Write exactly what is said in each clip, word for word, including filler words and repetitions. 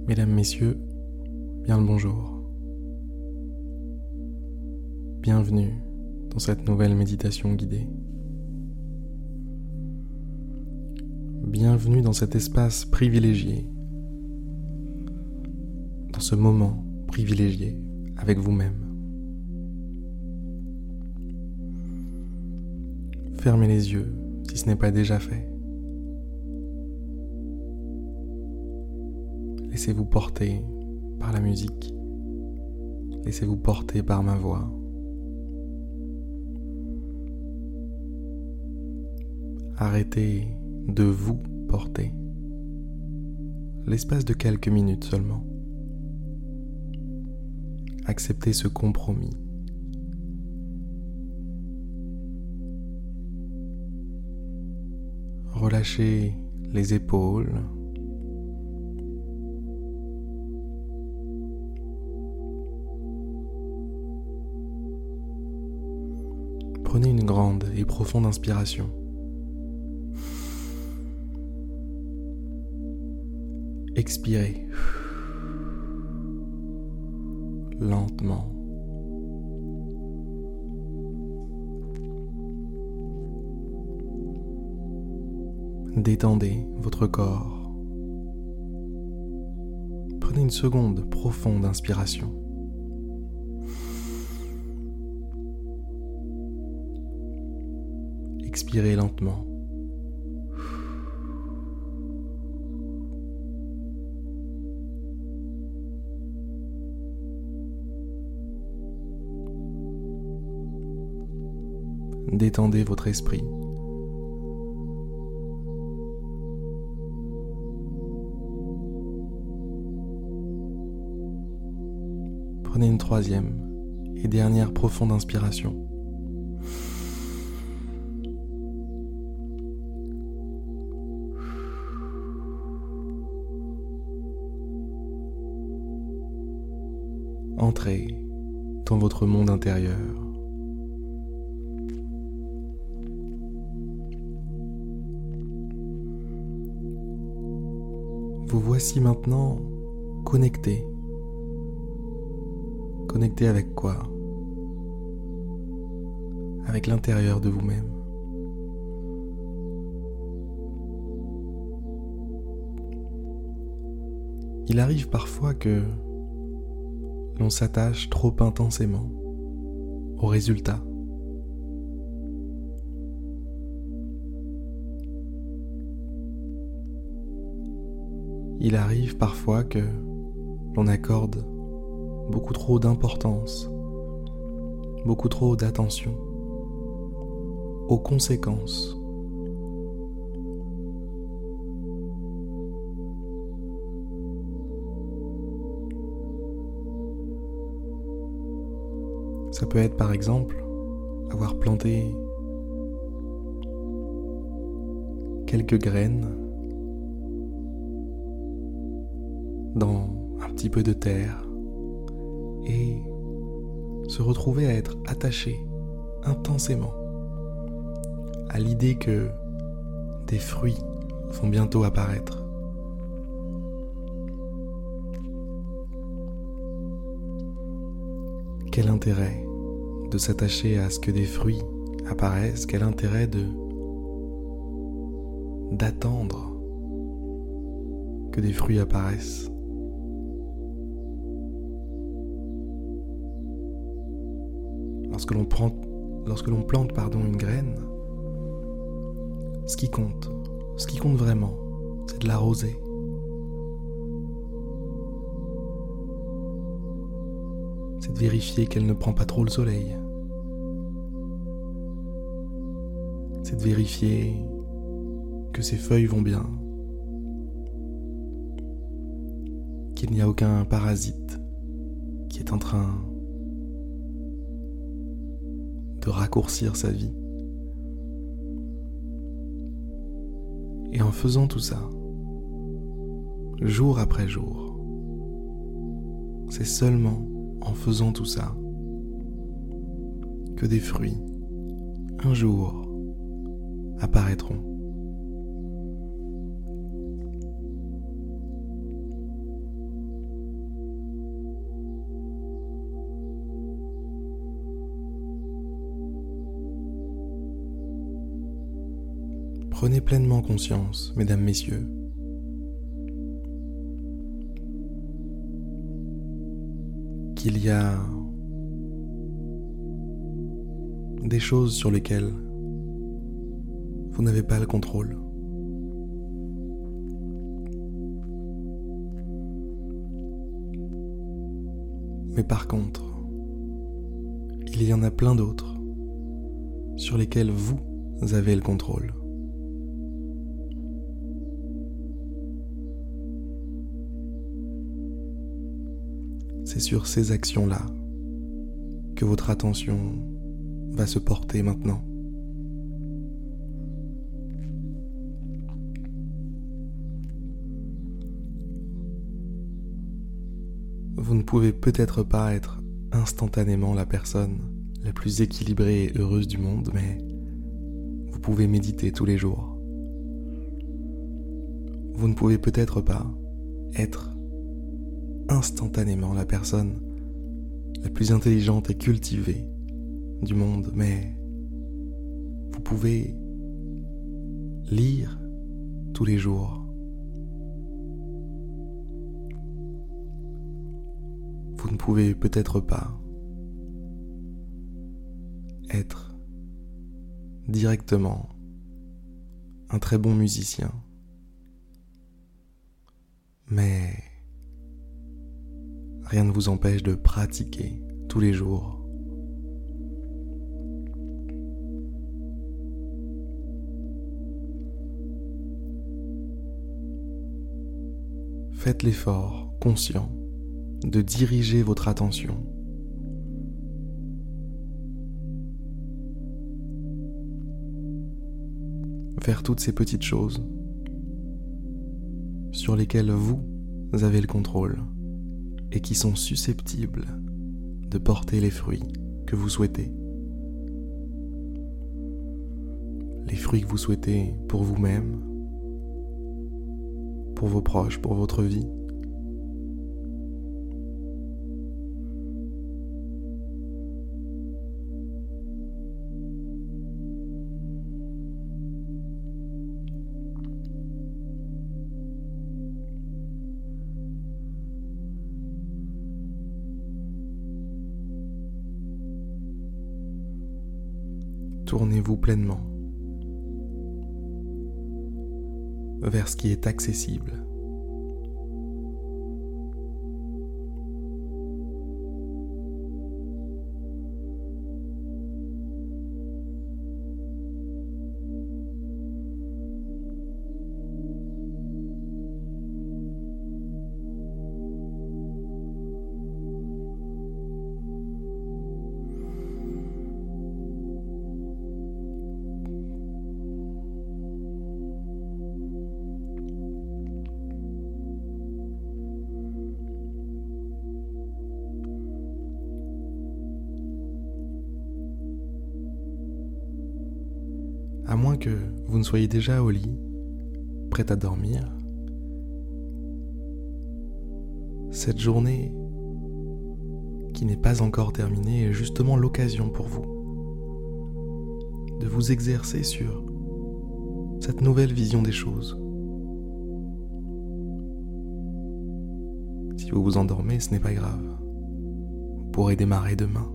Mesdames, Messieurs, bien le bonjour. Bienvenue dans cette nouvelle méditation guidée. Bienvenue dans cet espace privilégié, dans ce moment privilégié avec vous-même. Fermez les yeux si ce n'est pas déjà fait. Laissez-vous porter par la musique. Laissez-vous porter par ma voix. Arrêtez de vous porter. L'espace de quelques minutes seulement. Acceptez ce compromis. Relâchez les épaules. Prenez une grande et profonde inspiration. Expirez lentement. Détendez votre corps. Prenez une seconde profonde inspiration. Expirez lentement. Détendez votre esprit. Prenez une troisième et dernière profonde inspiration. Entrez dans votre monde intérieur. Vous voici maintenant connecté. Connecté avec quoi ? Avec l'intérieur de vous-même. Il arrive parfois que l'on s'attache trop intensément au résultat. Il arrive parfois que l'on accorde beaucoup trop d'importance, beaucoup trop d'attention aux conséquences. Ça peut être par exemple avoir planté quelques graines dans un petit peu de terre et se retrouver à être attaché intensément à l'idée que des fruits vont bientôt apparaître. Quel intérêt de s'attacher à ce que des fruits apparaissent, quel intérêt de d'attendre que des fruits apparaissent. Lorsque l'on prend, lorsque l'on plante pardon, une graine, ce qui compte, ce qui compte vraiment, c'est de l'arroser. C'est de vérifier qu'elle ne prend pas trop le soleil. C'est de vérifier que ses feuilles vont bien, qu'il n'y a aucun parasite qui est en train de raccourcir sa vie. Et en faisant tout ça, jour après jour, c'est seulement en faisant tout ça que des fruits, un jour, apparaîtront. Prenez pleinement conscience, mesdames, messieurs, qu'il y a des choses sur lesquelles vous n'avez pas le contrôle. Mais par contre, il y en a plein d'autres sur lesquelles vous avez le contrôle. C'est sur ces actions-là que votre attention va se porter maintenant. Vous ne pouvez peut-être pas être instantanément la personne la plus équilibrée et heureuse du monde, mais vous pouvez méditer tous les jours. Vous ne pouvez peut-être pas être instantanément la personne la plus intelligente et cultivée du monde, mais vous pouvez lire tous les jours. Vous ne pouvez peut-être pas être directement un très bon musicien, mais rien ne vous empêche de pratiquer tous les jours. Faites l'effort conscient de diriger votre attention vers toutes ces petites choses sur lesquelles vous avez le contrôle et qui sont susceptibles de porter les fruits que vous souhaitez. Les fruits que vous souhaitez pour vous-même, pour vos proches, pour votre vie. Tournez-vous pleinement vers ce qui est accessible. À moins que vous ne soyez déjà au lit, prêt à dormir, cette journée qui n'est pas encore terminée est justement l'occasion pour vous de vous exercer sur cette nouvelle vision des choses. Si vous vous endormez, ce n'est pas grave. Vous pourrez démarrer demain.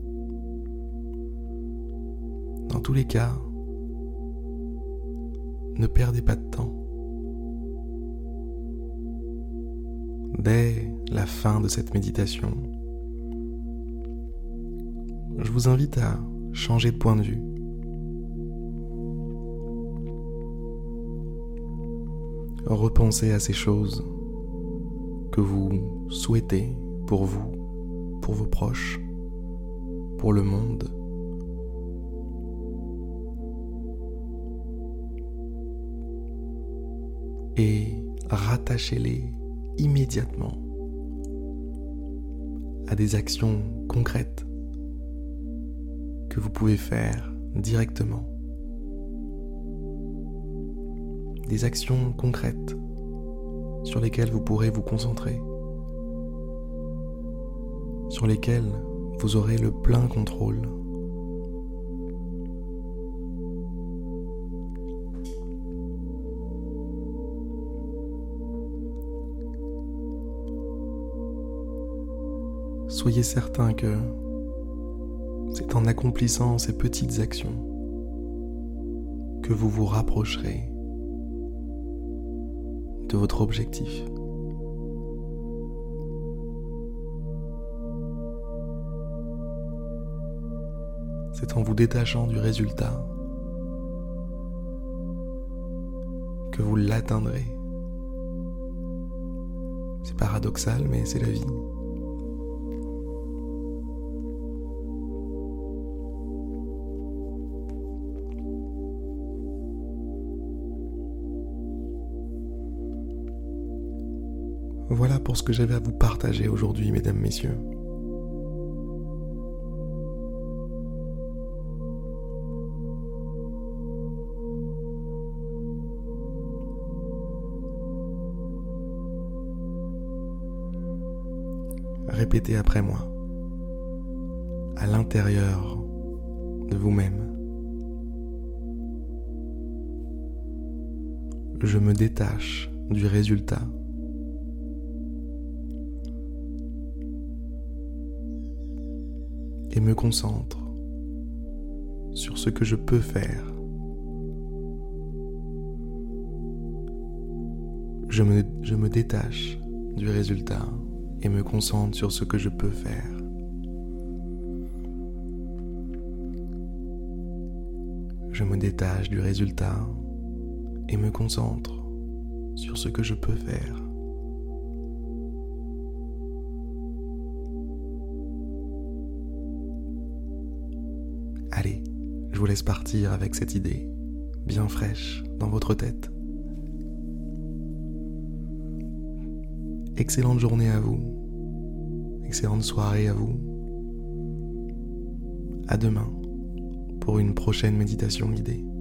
Dans tous les cas, ne perdez pas de temps. Dès la fin de cette méditation, je vous invite à changer de point de vue. Repensez à ces choses que vous souhaitez pour vous, pour vos proches, pour le monde. Et rattachez-les immédiatement à des actions concrètes que vous pouvez faire directement. Des actions concrètes sur lesquelles vous pourrez vous concentrer, sur lesquelles vous aurez le plein contrôle. soyez certain que c'est en accomplissant ces petites actions que vous vous rapprocherez de votre objectif. C'est en vous détachant du résultat que vous l'atteindrez. C'est paradoxal, mais c'est la vie. Voilà pour ce que j'avais à vous partager aujourd'hui, mesdames, messieurs. Répétez après moi, à l'intérieur de vous-même. Je me détache du résultat. Et me concentre sur ce que je peux faire. Je me, je me détache du résultat et me concentre sur ce que je peux faire. Je me détache du résultat et me concentre sur ce que je peux faire. Allez, je vous laisse partir avec cette idée bien fraîche dans votre tête. Excellente journée à vous, excellente soirée à vous. À demain pour une prochaine méditation guidée.